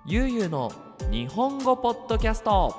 ゆうゆうの日本語ポッドキャスト。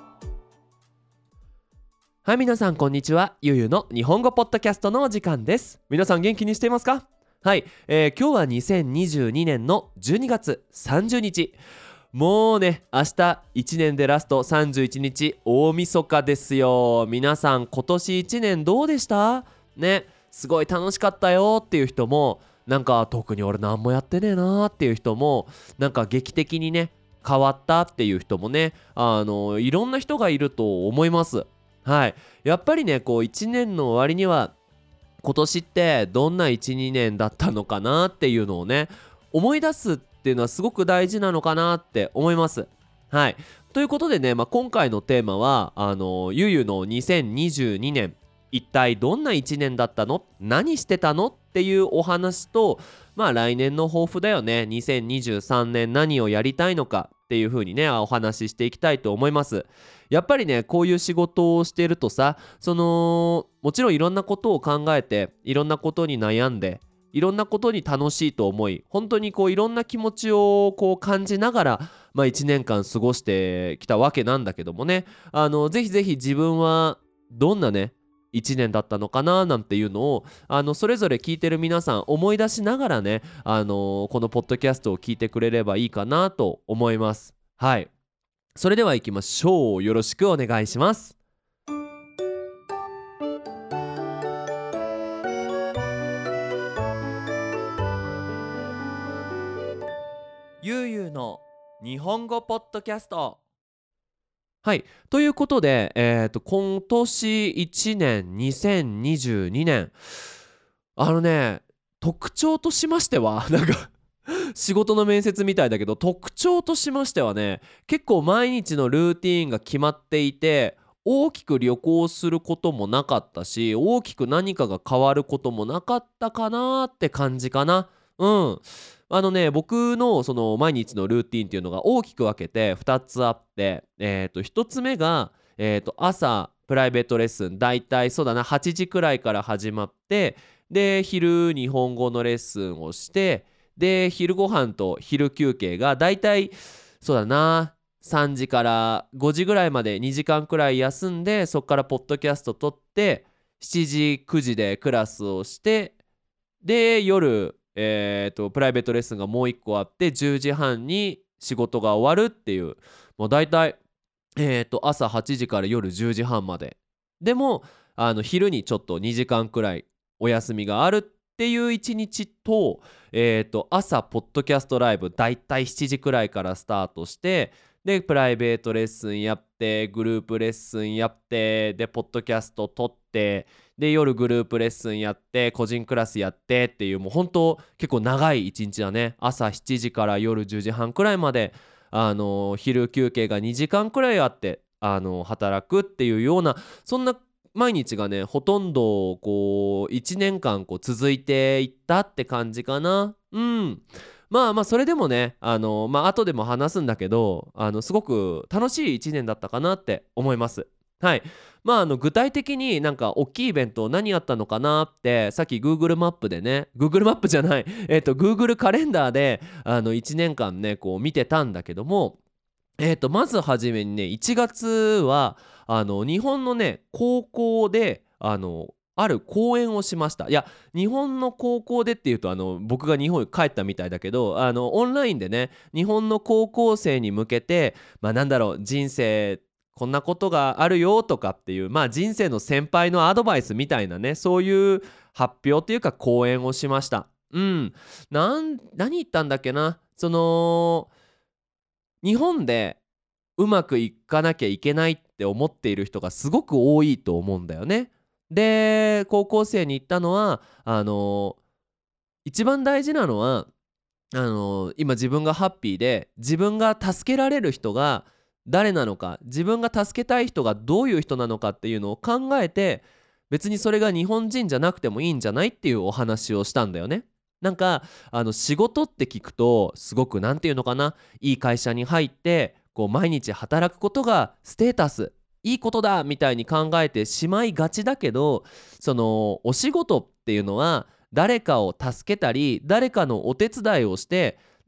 はい、皆さんこんにちは。ゆうゆうの日本語ポッドキャストのお時間です。皆さん元気にしていますか？はい、今日は2022年の12月30日。もうね、明日1年でラスト31日大晦日ですよ。皆さん今年1年どうでしたね。すごい楽しかったよっていう人も、なんか特に俺何もやってねえなっていう人も、なんか劇的にね変わったっていう人もね、いろんな人がいると思います。はい、やっぱりね、こう1年の終わりには今年ってどんな 1,2 年だったのかなっていうのをね思い出すっていうのはすごく大事なのかなって思います。はい、ということでね、今回のテーマはゆうゆうの2022年一体どんな1年だったの、何してたのっていうお話と、来年の抱負だよね、2023年何をやりたいのかっていう風にねお話ししていきたいと思います。やっぱりね、こういう仕事をしているとさ、もちろんいろんなことを考えて、いろんなことに悩んで、いろんなことに楽しいと思い、本当にこういろんな気持ちをこう感じながら、1年間過ごしてきたわけなんだけどもね、ぜひぜひ自分はどんなね1年だったのかななんていうのをそれぞれ聞いてる皆さん思い出しながらね、このポッドキャストを聞いてくれればいいかなと思います。はい、それでは行きましょう。よろしくお願いします。ゆうゆうの日本語ポッドキャスト。はい、ということで、今年1年2022年、特徴としましてはなんか仕事の面接みたいだけど、特徴としましてはね、結構毎日のルーティーンが決まっていて、大きく旅行することもなかったし、大きく何かが変わることもなかったかなって感じかな。うん。僕のその毎日のルーティンっていうのが大きく分けて2つあって、1つ目が、朝プライベートレッスン、だいたいそうだな8時くらいから始まって、で昼日本語のレッスンをして、で昼ご飯と昼休憩がだいたいそうだな3時から5時ぐらいまで2時間くらい休んで、そこからポッドキャスト撮って7時9時でクラスをして、で夜プライベートレッスンがもう1個あって10時半に仕事が終わるっていう、もうだいたい朝8時から夜10時半まで、でも昼にちょっと2時間くらいお休みがあるっていう一日と、朝ポッドキャストライブだいたい7時くらいからスタートして、でプライベートレッスンやって、グループレッスンやって、でポッドキャスト撮って、で夜グループレッスンやって、個人クラスやってっていう、もう本当結構長い一日だね。朝7時から夜10時半くらいまで昼休憩が2時間くらいあって働くっていうような、そんな毎日がねほとんどこう1年間こう続いていったって感じかな。うん。それでもね後でも話すんだけど、すごく楽しい1年だったかなって思います。はい。具体的になんか大きいイベント何やったのかなって、さっき Google マップでね、 Google マップじゃないGoogle カレンダーで1年間ねこう見てたんだけども、まずはじめにね、1月は日本のね高校である講演をしました。いや、日本の高校でっていうと僕が日本に帰ったみたいだけど、オンラインでね日本の高校生に向けて、人生こんなことがあるよとかっていう、人生の先輩のアドバイスみたいなね、そういう発表っていうか講演をしました。うん。何言ったんだっけな、日本でうまくいかなきゃいけないって思っている人がすごく多いと思うんだよね。で高校生に言ったのは一番大事なのは今自分がハッピーで自分が助けられる人が誰なのか、自分が助けたい人がどういう人なのかっていうのを考えて、別にそれが日本人じゃなくてもいいんじゃないっていうお話をしたんだよね。なんか仕事って聞くとすごくなんていうのかな、いい会社に入ってこう毎日働くことがステータスいいことだみたいに考えてしまいがちだけど、そのお仕事っていうのは誰かを助けたり誰かのお手伝いをして、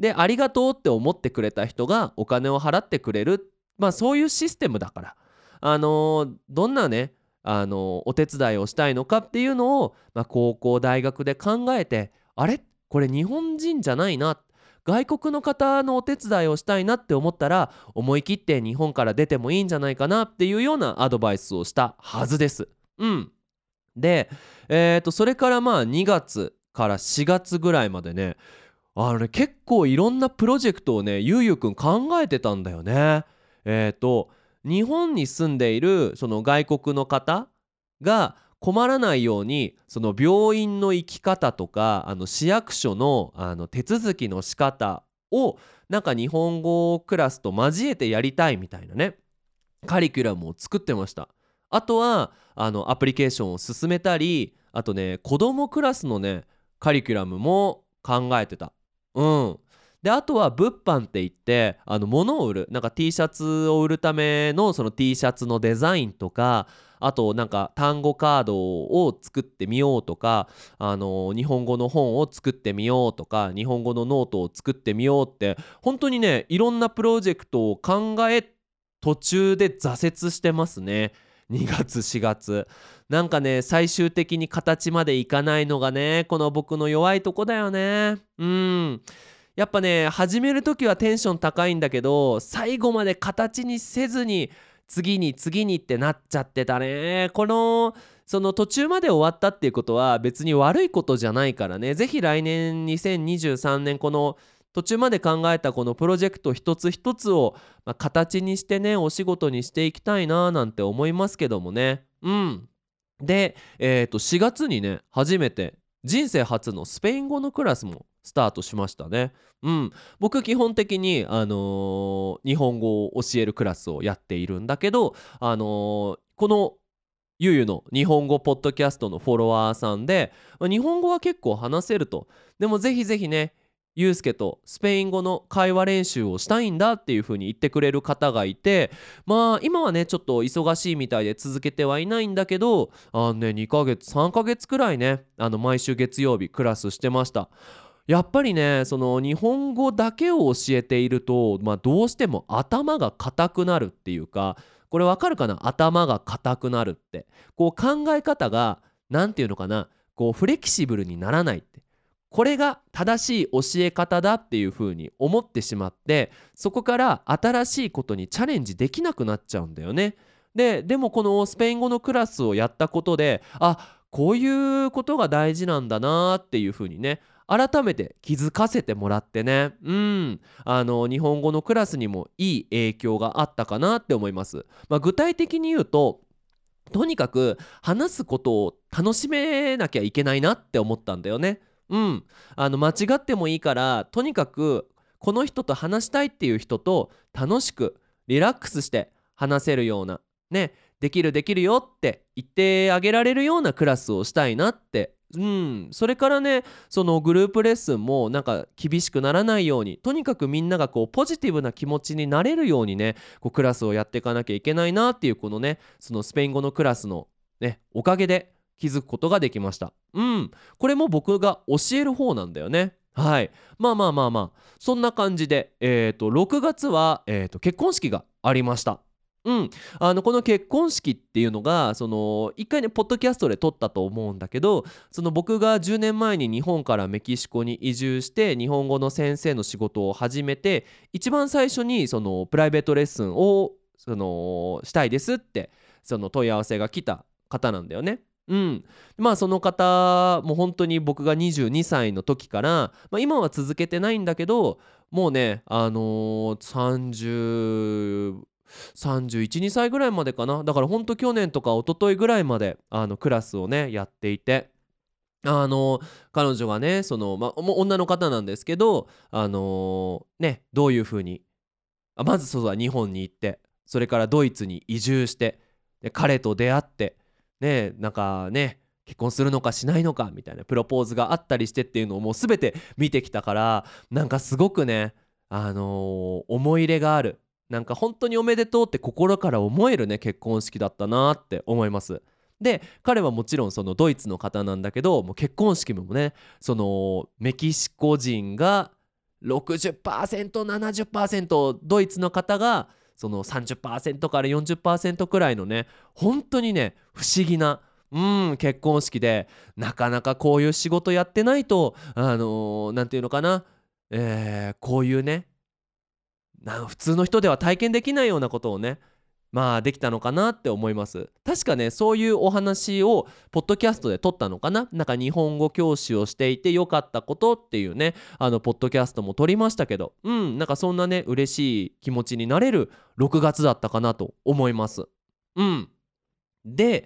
でありがとうって思ってくれた人がお金を払ってくれる、そういうシステムだから、どんなねお手伝いをしたいのかっていうのを、高校大学で考えて、あれこれ日本人じゃないな、外国の方のお手伝いをしたいなって思ったら思い切って日本から出てもいいんじゃないかなっていうようなアドバイスをしたはずです。で、それから2月から4月ぐらいまでね、結構いろんなプロジェクトをねゆうゆうくん考えてたんだよね。日本に住んでいるその外国の方が困らないように、その病院の行き方とか市役所の手続きの仕方をなんか日本語クラスと交えてやりたいみたいなねカリキュラムを作ってました。あとはアプリケーションを進めたり、あとね子どもクラスのねカリキュラムも考えてた。であとは物販って言って物を売る、なんか T シャツを売るためのその T シャツのデザインとか、あとなんか単語カードを作ってみようとか、日本語の本を作ってみようとか、日本語のノートを作ってみようって、本当にねいろんなプロジェクトを考え途中で挫折してますね。2月4月なんかね最終的に形までいかないのがねこの僕の弱いとこだよね。やっぱね始める時はテンション高いんだけど、最後まで形にせずに次に次にってなっちゃってたね。その途中まで終わったっていうことは別に悪いことじゃないからね、ぜひ来年2023年この途中まで考えたこのプロジェクト一つ一つを、形にしてねお仕事にしていきたいななんて思いますけどもね。で、4月にね初めて人生初のスペイン語のクラスもスタートしましたね。僕基本的に、日本語を教えるクラスをやっているんだけど、このゆうゆの日本語ポッドキャストのフォロワーさんで、日本語は結構話せると。でもぜひぜひねゆうすけとスペイン語の会話練習をしたいんだっていう風に言ってくれる方がいて、今はねちょっと忙しいみたいで続けてはいないんだけど、2ヶ月3ヶ月くらいね毎週月曜日クラスしてました。やっぱりねその日本語だけを教えていると、どうしても頭が固くなるっていうか、これわかるかな、頭が固くなるって、こう考え方がなんていうのかな、こうフレキシブルにならないって、これが正しい教え方だっていう風に思ってしまって、そこから新しいことにチャレンジできなくなっちゃうんだよね。でもこのスペイン語のクラスをやったことで、こういうことが大事なんだなっていう風にね改めて気づかせてもらってね、日本語のクラスにもいい影響があったかなって思います。具体的に言うと、とにかく話すことを楽しめなきゃいけないなって思ったんだよね。間違ってもいいからとにかくこの人と話したいっていう人と楽しくリラックスして話せるようなね、できるできるよって言ってあげられるようなクラスをしたいなって。それからねそのグループレッスンもなんか厳しくならないように、とにかくみんながこうポジティブな気持ちになれるようにねこうクラスをやっていかなきゃいけないなっていう、このねそのスペイン語のクラスのねおかげで気づくことができました。これも僕が教える方なんだよね。はい。そんな感じで6月は結婚式がありました。この結婚式っていうのがその一回ねポッドキャストで撮ったと思うんだけど、その僕が10年前に日本からメキシコに移住して日本語の先生の仕事を始めて、一番最初にそのプライベートレッスンをしたいですってその問い合わせが来た方なんだよね。その方も本当に僕が22歳の時から、今は続けてないんだけど、もうね31、2歳ぐらいまでかな。だからほんと去年とか一昨日ぐらいまでクラスをねやっていて、彼女がねもう女の方なんですけどどういう風にまずそうだ日本に行って、それからドイツに移住して、で彼と出会ってなんかね結婚するのかしないのかみたいなプロポーズがあったりしてっていうのをもう全て見てきたから、なんかすごくね思い入れがある、なんか本当におめでとうって心から思えるね結婚式だったなって思います。で彼はもちろんそのドイツの方なんだけど、もう結婚式もねそのメキシコ人が 60%、70%、ドイツの方がその30%から40%くらいのね、本当にね不思議な結婚式で、なかなかこういう仕事やってないとなんていうのかな、こういうね普通の人では体験できないようなことをね、まあできたのかなって思います。確かねそういうお話をポッドキャストで撮ったのかな。なんか日本語教師をしていてよかったことっていうねポッドキャストも撮りましたけど、なんかそんなね嬉しい気持ちになれる6月だったかなと思います。で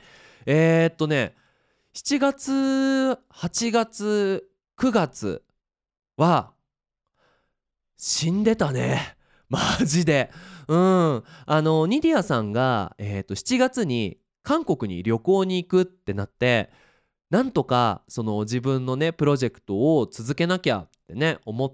7月8月9月は死んでたねマジで。ニディアさんが、7月に韓国に旅行に行くってなって、なんとかその自分のねプロジェクトを続けなきゃってね思って、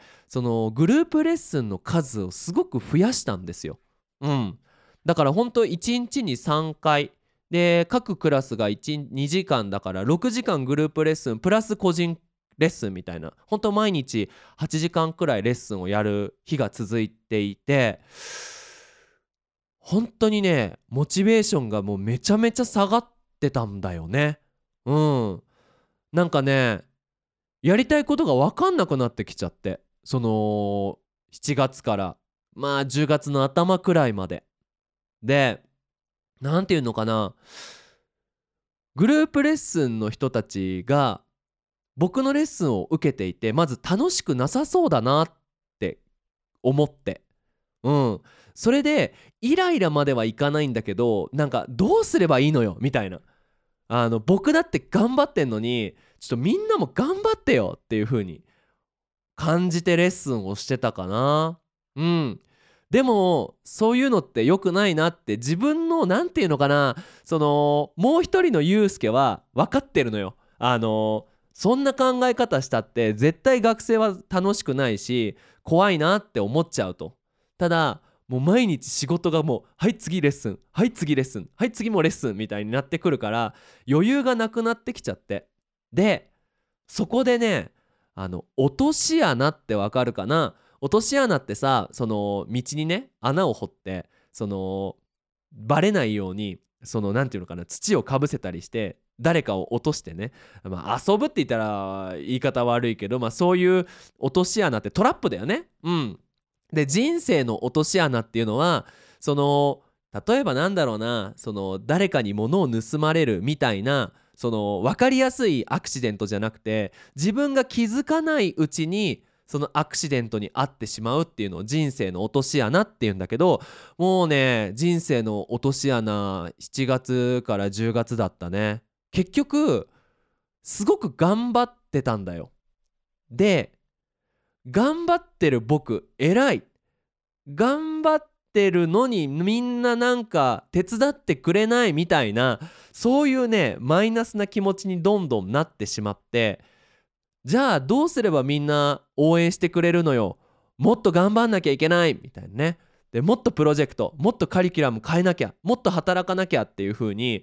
そのグループレッスンの数をすごく増やしたんですよ。だから本当1日に3回で、各クラスが2時間だから6時間グループレッスンプラス個人レッスンみたいな、本当毎日8時間くらいレッスンをやる日が続いていて、本当にねモチベーションがもうめちゃめちゃ下がってたんだよね。なんかねやりたいことが分かんなくなってきちゃって、その7月からまあ10月の頭くらいまでで、なんていうのかな、グループレッスンの人たちが僕のレッスンを受けていて、まず楽しくなさそうだなって思って、それでイライラまではいかないんだけど、なんかどうすればいいのよみたいな、僕だって頑張ってんのにちょっとみんなも頑張ってよっていう風に感じてレッスンをしてたかな。でもそういうのって良くないなって、自分のなんていうのかな、そのもう一人のユうスケは分かってるのよ。そんな考え方したって絶対学生は楽しくないし怖いなって思っちゃうと。ただもう毎日仕事がもうはい次レッスンはい次レッスンはい次もレッスンみたいになってくるから余裕がなくなってきちゃって、でそこでね落とし穴ってわかるかな。落とし穴ってさ、その道にね穴を掘って、そのバレないようにそのなんていうのかな、土をかぶせたりして誰かを落としてね、遊ぶって言ったら言い方悪いけど、そういう落とし穴ってトラップだよね。で人生の落とし穴っていうのは、その例えばなんだろうな、その誰かに物を盗まれるみたいな、その分かりやすいアクシデントじゃなくて、自分が気づかないうちにそのアクシデントに遭ってしまうっていうのを人生の落とし穴っていうんだけど、もうね人生の落とし穴7月から10月だったね。結局すごく頑張ってたんだよ。で頑張ってる僕偉い、頑張ってるのにみんななんか手伝ってくれないみたいな、そういうねマイナスな気持ちにどんどんなってしまって、じゃあどうすればみんな応援してくれるのよ、もっと頑張んなきゃいけないみたいなね。でもっとプロジェクト、もっとカリキュラム変えなきゃ、もっと働かなきゃっていう風に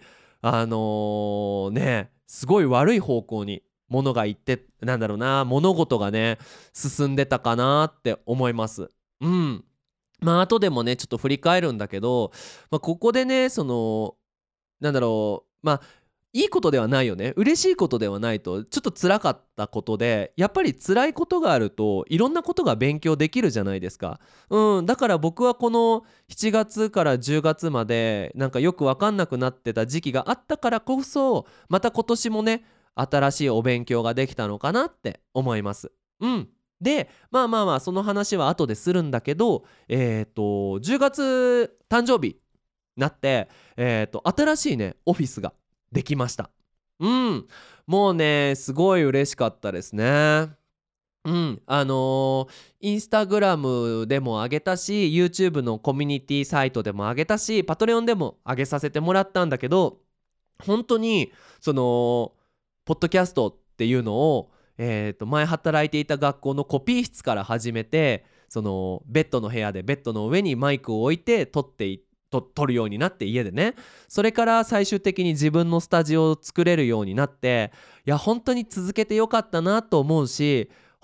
すごい悪い方向に物がいって、なんだろうな、物事がね進んでたかなって思います。後でもねちょっと振り返るんだけど、ここでねそのなんだろう、いいことではないよね、嬉しいことではないと、ちょっと辛かったことで、やっぱり辛いことがあるといろんなことが勉強できるじゃないですか。だから僕はこの7月から10月までなんかよく分かんなくなってた時期があったからこそ、また今年もね新しいお勉強ができたのかなって思います。でその話は後でするんだけど、10月誕生日なって、新しいねオフィスができました。もうねすごい嬉しかったですね。インスタグラムでも上げたし YouTube のコミュニティサイトでも上げたしパトレオンでも上げさせてもらったんだけど、本当にそのポッドキャストっていうのを、前働いていた学校のコピー室から始めて、そのベッドの部屋でベッドの上にマイクを置いて撮るようになって、家でね、それから最終的に自分のスタジオを作れるようになって、いや本当に続けてよかったなと思うし、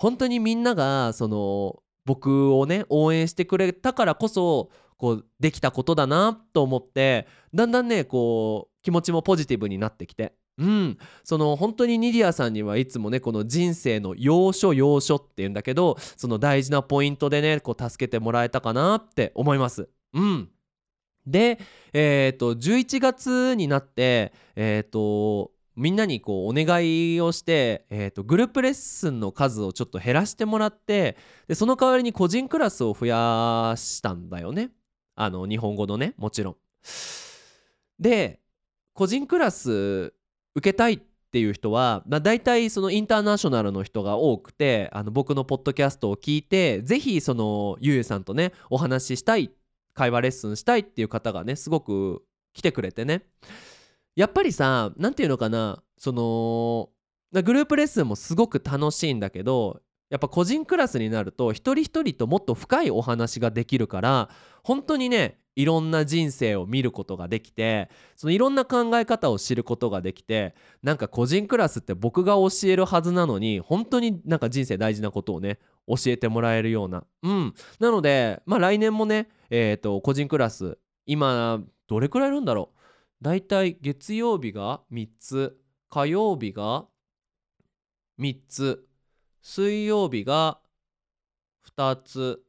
本当にみんなが僕をね応援してくれたからこそこうできたことだなと思って、だんだんねこう気持ちもポジティブになってきて、本当にニディアさんにはいつもねこの人生の要所要所って言うんだけど、その大事なポイントでねこう助けてもらえたかなって思います。で、11月になって、みんなにこうお願いをして、グループレッスンの数をちょっと減らしてもらって、でその代わりに個人クラスを増やしたんだよね。日本語のね、もちろん。で個人クラス受けたいっていう人は、大体そのインターナショナルの人が多くて、僕のポッドキャストを聞いてぜひゆうゆうさんとねお話ししたい、会話レッスンしたいっていう方がねすごく来てくれてね、やっぱりさ、なんていうのかな、グループレッスンもすごく楽しいんだけど、やっぱ個人クラスになると一人一人ともっと深いお話ができるから、本当にねいろんな人生を見ることができて、そのいろんな考え方を知ることができて、なんか個人クラスって僕が教えるはずなのに本当になんか人生大事なことをね教えてもらえるような、なので来年もね個人クラス今どれくらいいるんだろう。だいたい月曜日が3つ、火曜日が3つ、水曜日が2つ、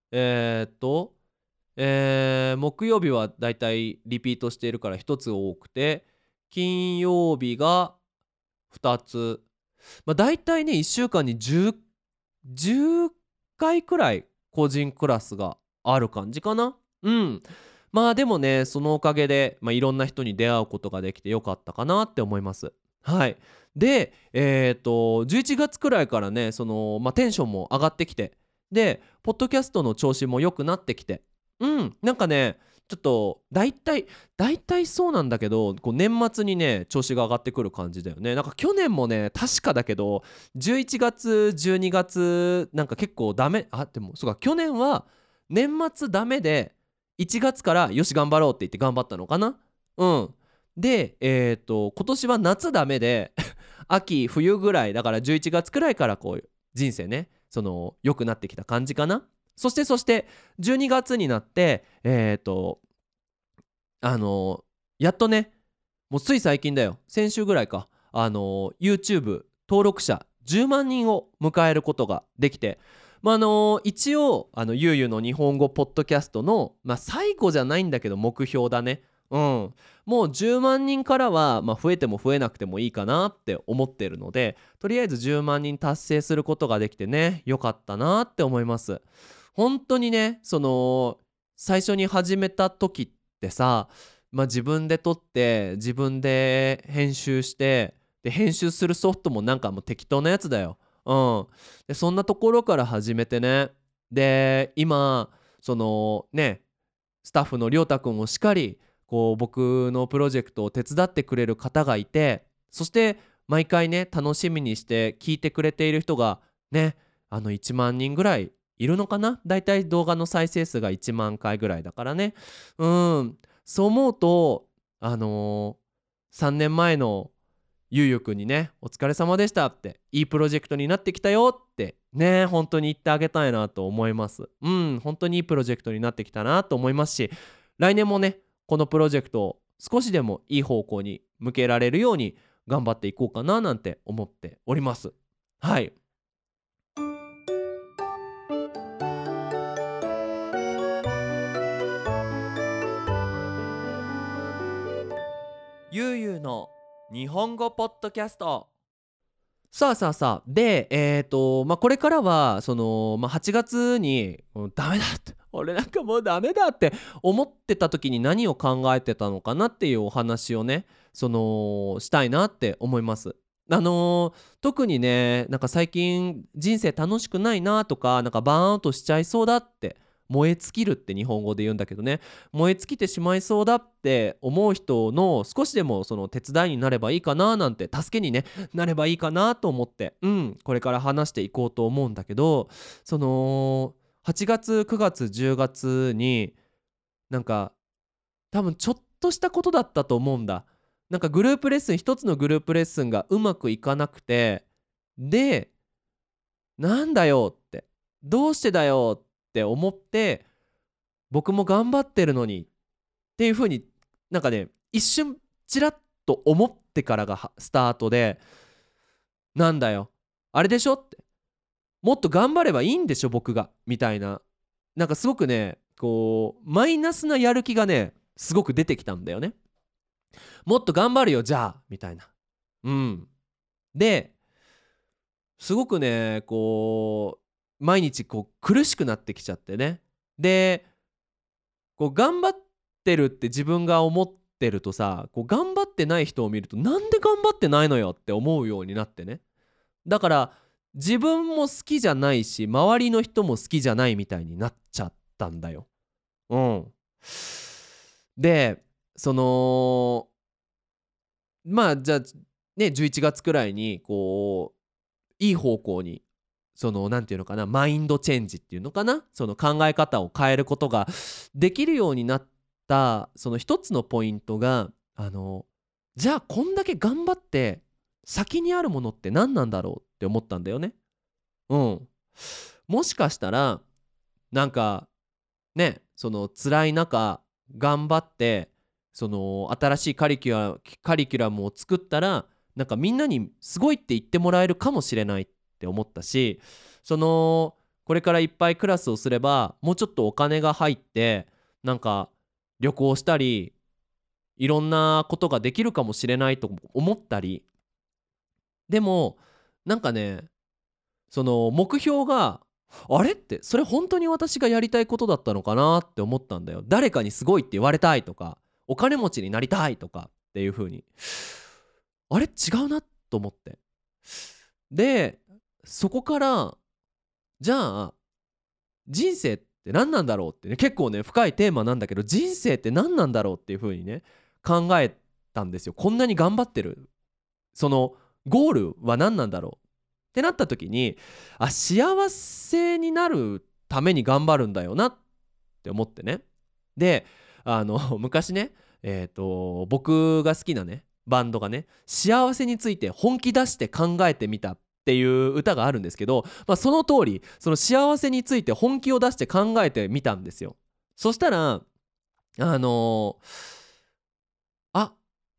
木曜日はだいたいリピートしているから1つ多くて、金曜日が2つ、だいたいね1週間に10回くらい個人クラスがある感じかな。でもねそのおかげで、いろんな人に出会うことができてよかったかなって思います。はい。で11月くらいからねテンションも上がってきて、でポッドキャストの調子も良くなってきて、なんかねちょっと大体そうなんだけど、こう年末にね調子が上がってくる感じだよね。なんか去年もね確かだけど11月12月なんか結構ダメ、でもそうか、去年は年末ダメで1月からよし頑張ろうって言って頑張ったのかな。で今年は夏ダメで秋冬ぐらいだから11月くらいからこう人生ね良くなってきた感じかな。そして12月になってやっとね、もうつい最近だよ、先週ぐらいか、YouTube 登録者10万人を迎えることができて、一応ゆうゆうの日本語ポッドキャストの、最後じゃないんだけど目標だね。もう10万人からは、増えても増えなくてもいいかなって思ってるので、とりあえず10万人達成することができてねよかったなって思います。本当にね最初に始めた時ってさ、自分で撮って自分で編集して、で編集するソフトもなんかもう適当なやつだよ。でそんなところから始めてね、で今スタッフのりょうたくんもしっかりこう僕のプロジェクトを手伝ってくれる方がいて、そして毎回ね楽しみにして聞いてくれている人がね1万人ぐらいいるのかな。だいたい動画の再生数が1万回ぐらいだからね。そう思うと3年前のゆうゆうくんにねお疲れ様でしたって、いいプロジェクトになってきたよってね本当に言ってあげたいなと思います。本当にいいプロジェクトになってきたなと思いますし、来年もねこのプロジェクトを少しでもいい方向に向けられるように頑張っていこうかななんて思っております。はい。ゆうゆうの日本語ポッドキャスト。さあでこれからは8月にダメだって俺なんかもうダメだって思ってた時に何を考えてたのかなっていうお話をねしたいなって思います。特にねなんか最近人生楽しくないなとか、なんかバーンアウトしちゃいそうだって、燃え尽きるって日本語で言うんだけどね、燃え尽きてしまいそうだって思う人の少しでも手伝いになればいいかななんて、助けにねなればいいかなと思って、これから話していこうと思うんだけど、8月9月10月になんか多分ちょっとしたことだったと思うんだ。なんかグループレッスン一つのグループレッスンがうまくいかなくて、でなんだよって、どうしてだよって思って、僕も頑張ってるのにっていう風に、なんかね、一瞬ちらっと思ってからがスタートで、なんだよ、あれでしょって、もっと頑張ればいいんでしょ僕がみたいな、なんかすごくね、こうマイナスなやる気がねすごく出てきたんだよね。もっと頑張るよじゃあみたいな。ですごくねこう毎日こう苦しくなってきちゃってね。でこう頑張ってるって自分が思ってるとさ、こう頑張ってない人を見るとなんで頑張ってないのよって思うようになってね。だから自分も好きじゃないし周りの人も好きじゃないみたいになっちゃったんだよ。うん。でそのまあじゃあね11月くらいにこういい方向に、そのなんていうのかな、マインドチェンジっていうのかな、その考え方を変えることができるようになったその一つのポイントが、じゃあこんだけ頑張って先にあるものって何なんだろうって思ったんだよね。うん。もしかしたらなんかね、その辛い中頑張ってその新しいカリキュラムを作ったら、なんかみんなにすごいって言ってもらえるかもしれないって思ったし、そのこれからいっぱいクラスをすればもうちょっとお金が入って、なんか旅行したりいろんなことができるかもしれないと思ったり。でもなんかね、その目標があれってそれ本当に私がやりたいことだったのかなって思ったんだよ。誰かにすごいって言われたいとかお金持ちになりたいとかっていう風に、あれ違うなと思って。でそこからじゃあ人生って何なんだろうってね、結構ね深いテーマなんだけど、人生って何なんだろうっていう風にね考えたんですよ。こんなに頑張ってるそのゴールは何なんだろうってなった時に、幸せになるために頑張るんだよなって思ってね。で昔ね僕が好きなねバンドがね幸せについて本気出して考えてみたっていう歌があるんですけど、その通りその幸せについて本気を出して考えてみたんですよ。そしたらあ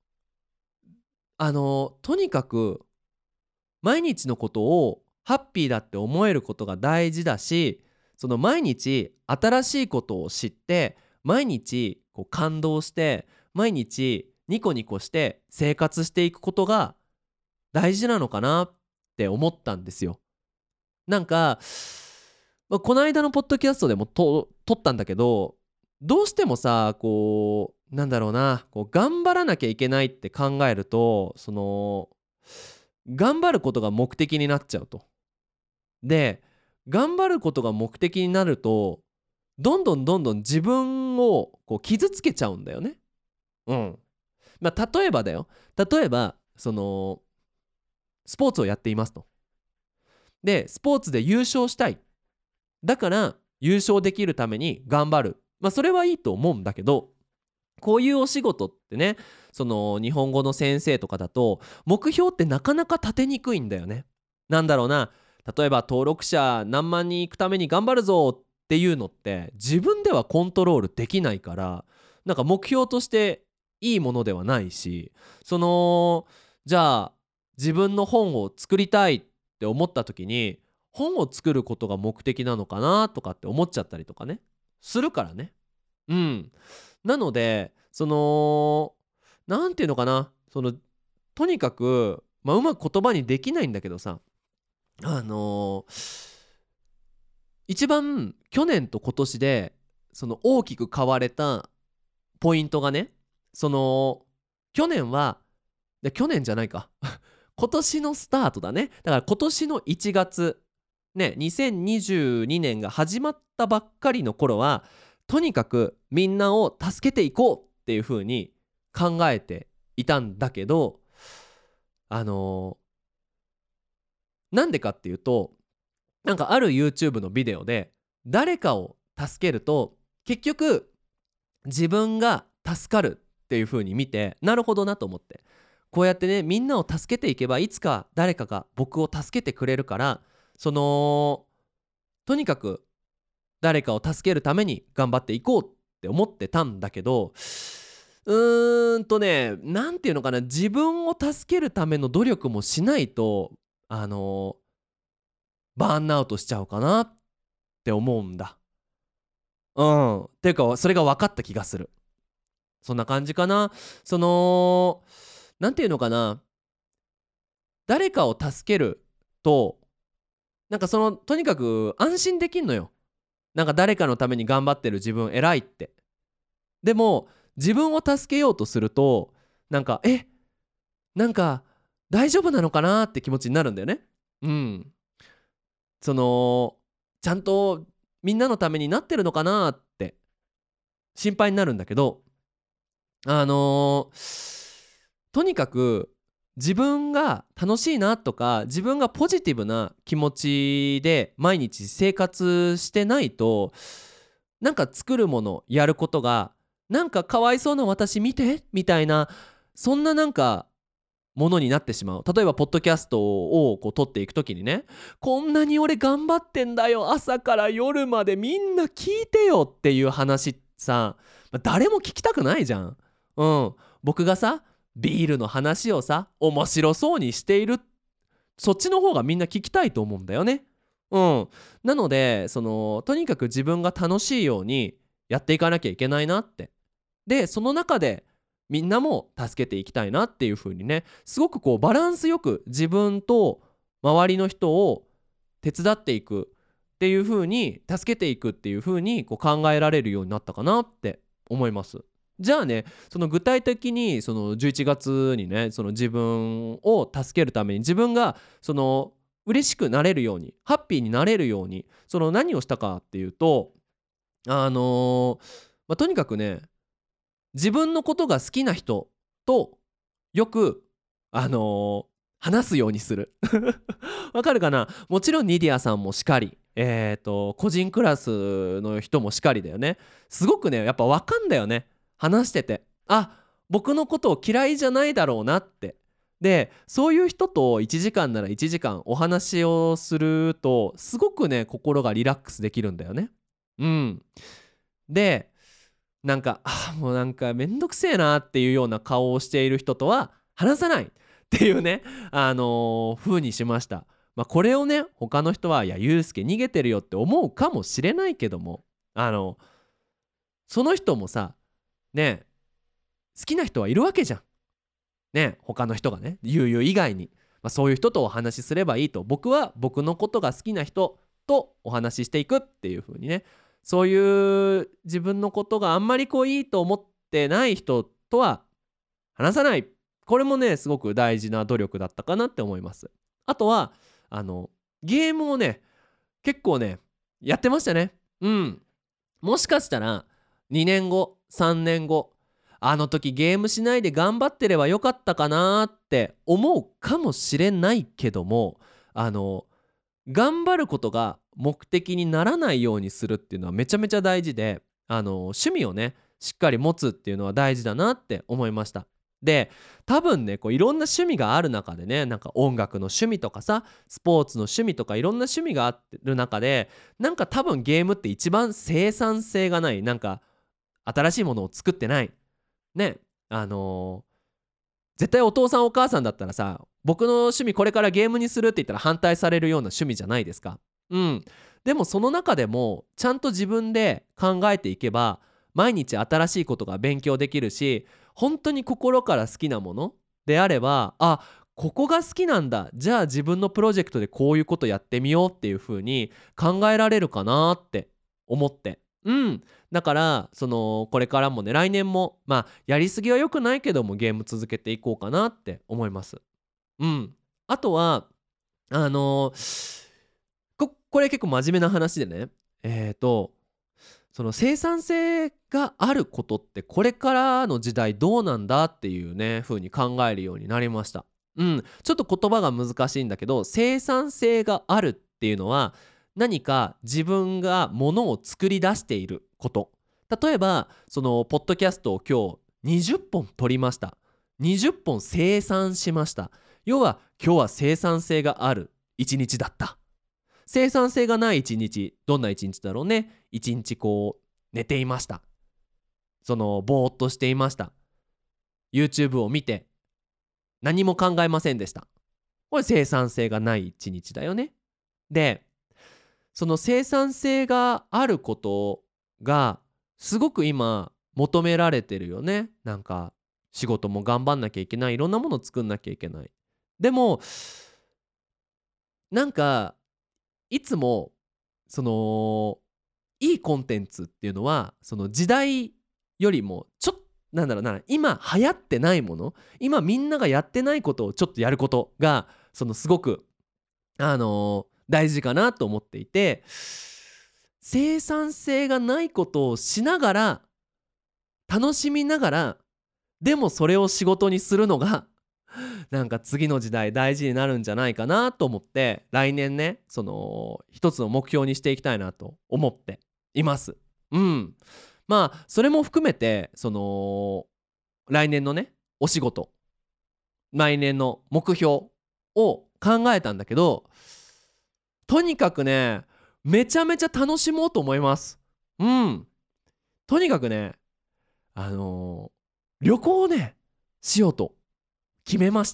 とにかく毎日のことをハッピーだって思えることが大事だし、その毎日新しいことを知って、毎日こう感動して、毎日ニコニコして生活していくことが大事なのかなって思ったんですよ。なんか、この間のポッドキャストでも撮ったんだけど、どうしてもさこうなんだろうな、こう頑張らなきゃいけないって考えると、その頑張ることが目的になっちゃうと。で頑張ることが目的になると、どんどん自分をこう傷つけちゃうんだよね。うん。例えばだよ、例えばそのスポーツをやっていますと。でスポーツで優勝したい、だから優勝できるために頑張る、それはいいと思うんだけど、こういうお仕事ってね、その日本語の先生とかだと目標ってなかなか立てにくいんだよね。なんだろうな、例えば登録者何万人行くために頑張るぞっていうのって自分ではコントロールできないから、なんか目標としていいものではないし、そのじゃあ自分の本を作りたいって思った時に、本を作ることが目的なのかなとかって思っちゃったりとかねするからね。うん。なのでそのなんていうのかな、そのとにかく、うまく言葉にできないんだけどさ、あの一番去年と今年でその大きく変われたポイントがね、その去年は去年じゃないか今年のスタートだね。だから今年の1月ね、2022年が始まったばっかりの頃は、とにかくみんなを助けていこうっていう風に考えていたんだけど、あのなんでかっていうと、なんかある YouTube のビデオで誰かを助けると結局自分が助かるっていう風に見て、なるほどなと思って、こうやってねみんなを助けていけばいつか誰かが僕を助けてくれるから、 とにかく誰かを助けるために頑張っていこうって思ってたんだけど、なんていうのかな、自分を助けるための努力もしないとバーンアウトしちゃうかなって思うんだ。っていうかそれが分かった気がする。そんな感じかな。なんていうのかな、誰かを助けるとなんかとにかく安心できんのよ。なんか誰かのために頑張ってる自分偉いって。でも自分を助けようとするとなんかなんか大丈夫なのかなって気持ちになるんだよね。ちゃんとみんなのためになってるのかなって心配になるんだけど、とにかく自分が楽しいなとか自分がポジティブな気持ちで毎日生活してないと、なんか作るものやることがなんかかわいそうな私見てみたいな、そんななんかものになってしまう。例えばポッドキャストを撮っていくときにね、こんなに俺頑張ってんだよ、朝から夜までみんな聞いてよっていう話さ、誰も聞きたくないじゃん。僕がさビールの話をさ面白そうにしている、そっちの方がみんな聞きたいと思うんだよね。なのでとにかく自分が楽しいようにやっていかなきゃいけないなって。でその中でみんなも助けていきたいなっていう風にね、すごくバランスよく自分と周りの人を手伝っていくっていう風に、助けていくっていう風に考えられるようになったかなって思います。じゃあね、具体的に11月にね自分を助けるために自分が嬉しくなれるようにハッピーになれるように何をしたかっていうと、とにかくね自分のことが好きな人とよく話すようにするわかるかな。もちろんニディアさんもしかり、個人クラスの人もしかりだよね。すごくねやっぱ分かんだよね、話してて。僕のことを嫌いじゃないだろうなって。でそういう人と1時間なら1時間お話をするとすごくね心がリラックスできるんだよね。でなんかもうなんかめんどくせえなっていうような顔をしている人とは話さないっていうね風にしました。これをね他の人はいやゆうすけ逃げてるよって思うかもしれないけども、その人もさね好きな人はいるわけじゃんね、他の人がねゆう以外に、そういう人とお話しすればいいと。僕は僕のことが好きな人とお話ししていくっていう風にね、そういう自分のことがあんまりいいと思ってない人とは話さない。これもねすごく大事な努力だったかなって思います。あとはゲームをね結構ねやってましたね。もしかしたら2年後3年後あの時ゲームしないで頑張ってればよかったかなって思うかもしれないけども、頑張ることが目的にならないようにするっていうのはめちゃめちゃ大事で、趣味をねしっかり持つっていうのは大事だなって思いました。で多分ねいろんな趣味がある中でね、なんか音楽の趣味とかさスポーツの趣味とかいろんな趣味がある中で、なんか多分ゲームって一番生産性がない、なんか新しいものを作ってないね。絶対お父さんお母さんだったらさ僕の趣味これからゲームにするって言ったら反対されるような趣味じゃないですか。でもその中でもちゃんと自分で考えていけば毎日新しいことが勉強できるし、本当に心から好きなものであればここが好きなんだ、じゃあ自分のプロジェクトでこういうことやってみようっていう風に考えられるかなって思って、だからこれからもね来年もやりすぎは良くないけどもゲーム続けていこうかなって思います。あとはこれ結構真面目な話でね、その生産性があることってこれからの時代どうなんだっていうね風に考えるようになりました。ちょっと言葉が難しいんだけど、生産性があるっていうのは何か自分がものを作り出していること。例えばポッドキャストを今日20本撮りました、20本生産しました。要は今日は生産性がある一日だった。 生産性がない一日、どんな一日だろうね。一日こう寝ていました。ぼーっとしていました。 YouTube を見て何も考えませんでした。これ生産性がない一日だよね。で、その生産性があることがすごく今求められてるよね。なんか仕事も頑張んなきゃいけない、いろんなもの作んなきゃいけない。でもなんかいつもいいコンテンツっていうのはその時代よりもちょっとなんだろうな、今流行ってないもの、今みんながやってないことをちょっとやることがすごく大事かなと思っていて、生産性がないことをしながら楽しみながら、でもそれを仕事にするのがなんか次の時代大事になるんじゃないかなと思って、来年ね一つの目標にしていきたいなと思っています。まあそれも含めて来年のねお仕事、来年の目標を考えたんだけど、とにかくねめちゃめちゃ楽しもうと思います。とにかくね旅行をねしようと決めました。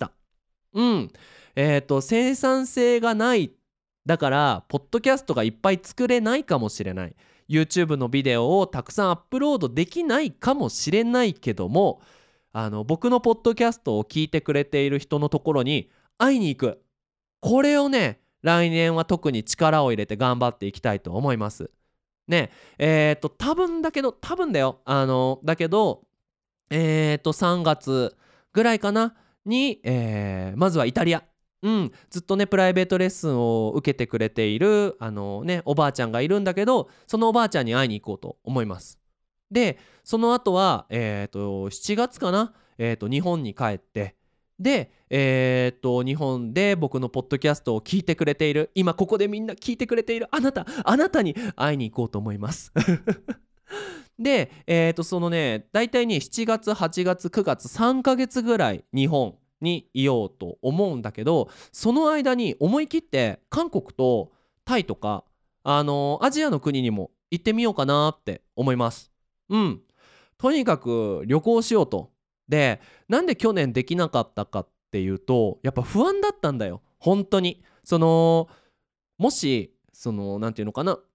生産性がないだからポッドキャストがいっぱい作れないかもしれない、 YouTube のビデオをたくさんアップロードできないかもしれないけども、僕のポッドキャストを聞いてくれている人のところに会いに行く、これをね来年は特に力を入れて頑張っていきたいと思いますね。多分だよ、だけど3月ぐらいかなに、まずはイタリア、ずっとねプライベートレッスンを受けてくれているおばあちゃんがいるんだけど、そのおばあちゃんに会いに行こうと思います。でその後は7月かな、日本に帰って、で日本で僕のポッドキャストを聞いてくれている、今ここでみんな聞いてくれているあなたに会いに行こうと思いますでだいたいね7月8月9月3ヶ月ぐらい日本にいようと思うんだけど、その間に思い切って韓国とタイとかアジアの国にも行ってみようかなって思います。とにかく旅行しようと。でなんで去年できなかったかっていうと、やっぱ不安だったんだよ本当に。もしなんていうのかな、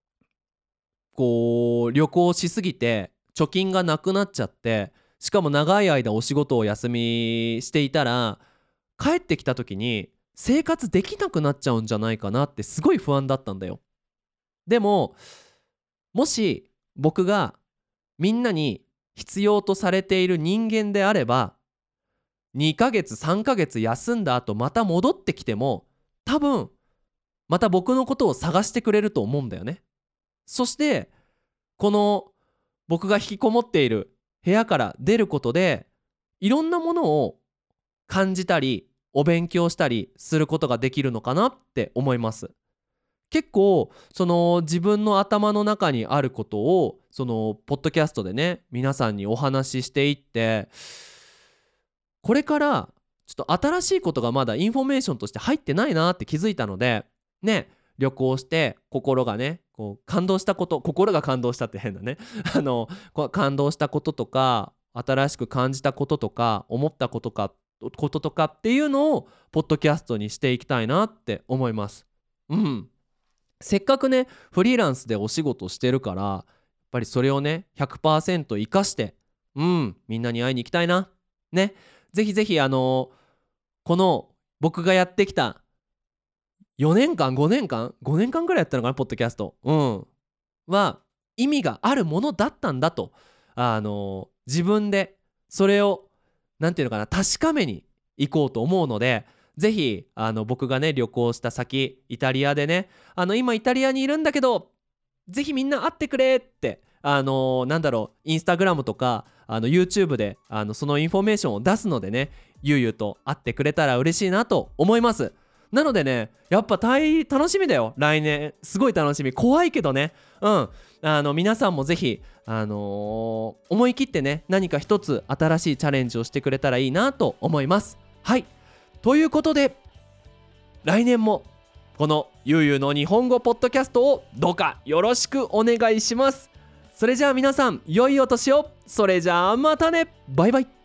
こう旅行しすぎて貯金がなくなっちゃって、しかも長い間お仕事を休みしていたら帰ってきた時に生活できなくなっちゃうんじゃないかなってすごい不安だったんだよ。でももし僕がみんなに必要とされている人間であれば、2ヶ月3ヶ月休んだ後また戻ってきても多分また僕のことを探してくれると思うんだよね。そしてこの僕が引きこもっている部屋から出ることでいろんなものを感じたりお勉強したりすることができるのかなって思います。結構自分の頭の中にあることをポッドキャストでね皆さんにお話ししていって、これからちょっと新しいことがまだインフォメーションとして入ってないなって気づいたのでね、旅行して心がねこう感動したこと、心が感動したって変だね感動したこととか新しく感じたこととか思ったこととかっていうのをポッドキャストにしていきたいなって思います。せっかくねフリーランスでお仕事してるからやっぱりそれをね 100% 生かしてみんなに会いに行きたいなね。ぜひぜひこの僕がやってきた4年間5年間ぐらいやったのかなポッドキャストは意味があるものだったんだと自分でそれをなんていうのかな確かめに行こうと思うので、ぜひ僕がね旅行した先イタリアでね今イタリアにいるんだけどぜひみんな会ってくれってなんだろうインスタグラムとかYouTube でそのインフォメーションを出すのでね、ゆうゆうと会ってくれたら嬉しいなと思います。なのでねやっぱ楽しみだよ来年、すごい楽しみ、怖いけどね皆さんもぜひ思い切ってね何か一つ新しいチャレンジをしてくれたらいいなと思います。はい、ということで来年もこのゆうゆうの日本語ポッドキャストをどうかよろしくお願いします。それじゃあ皆さん良いお年を。それじゃあまたね。バイバイ。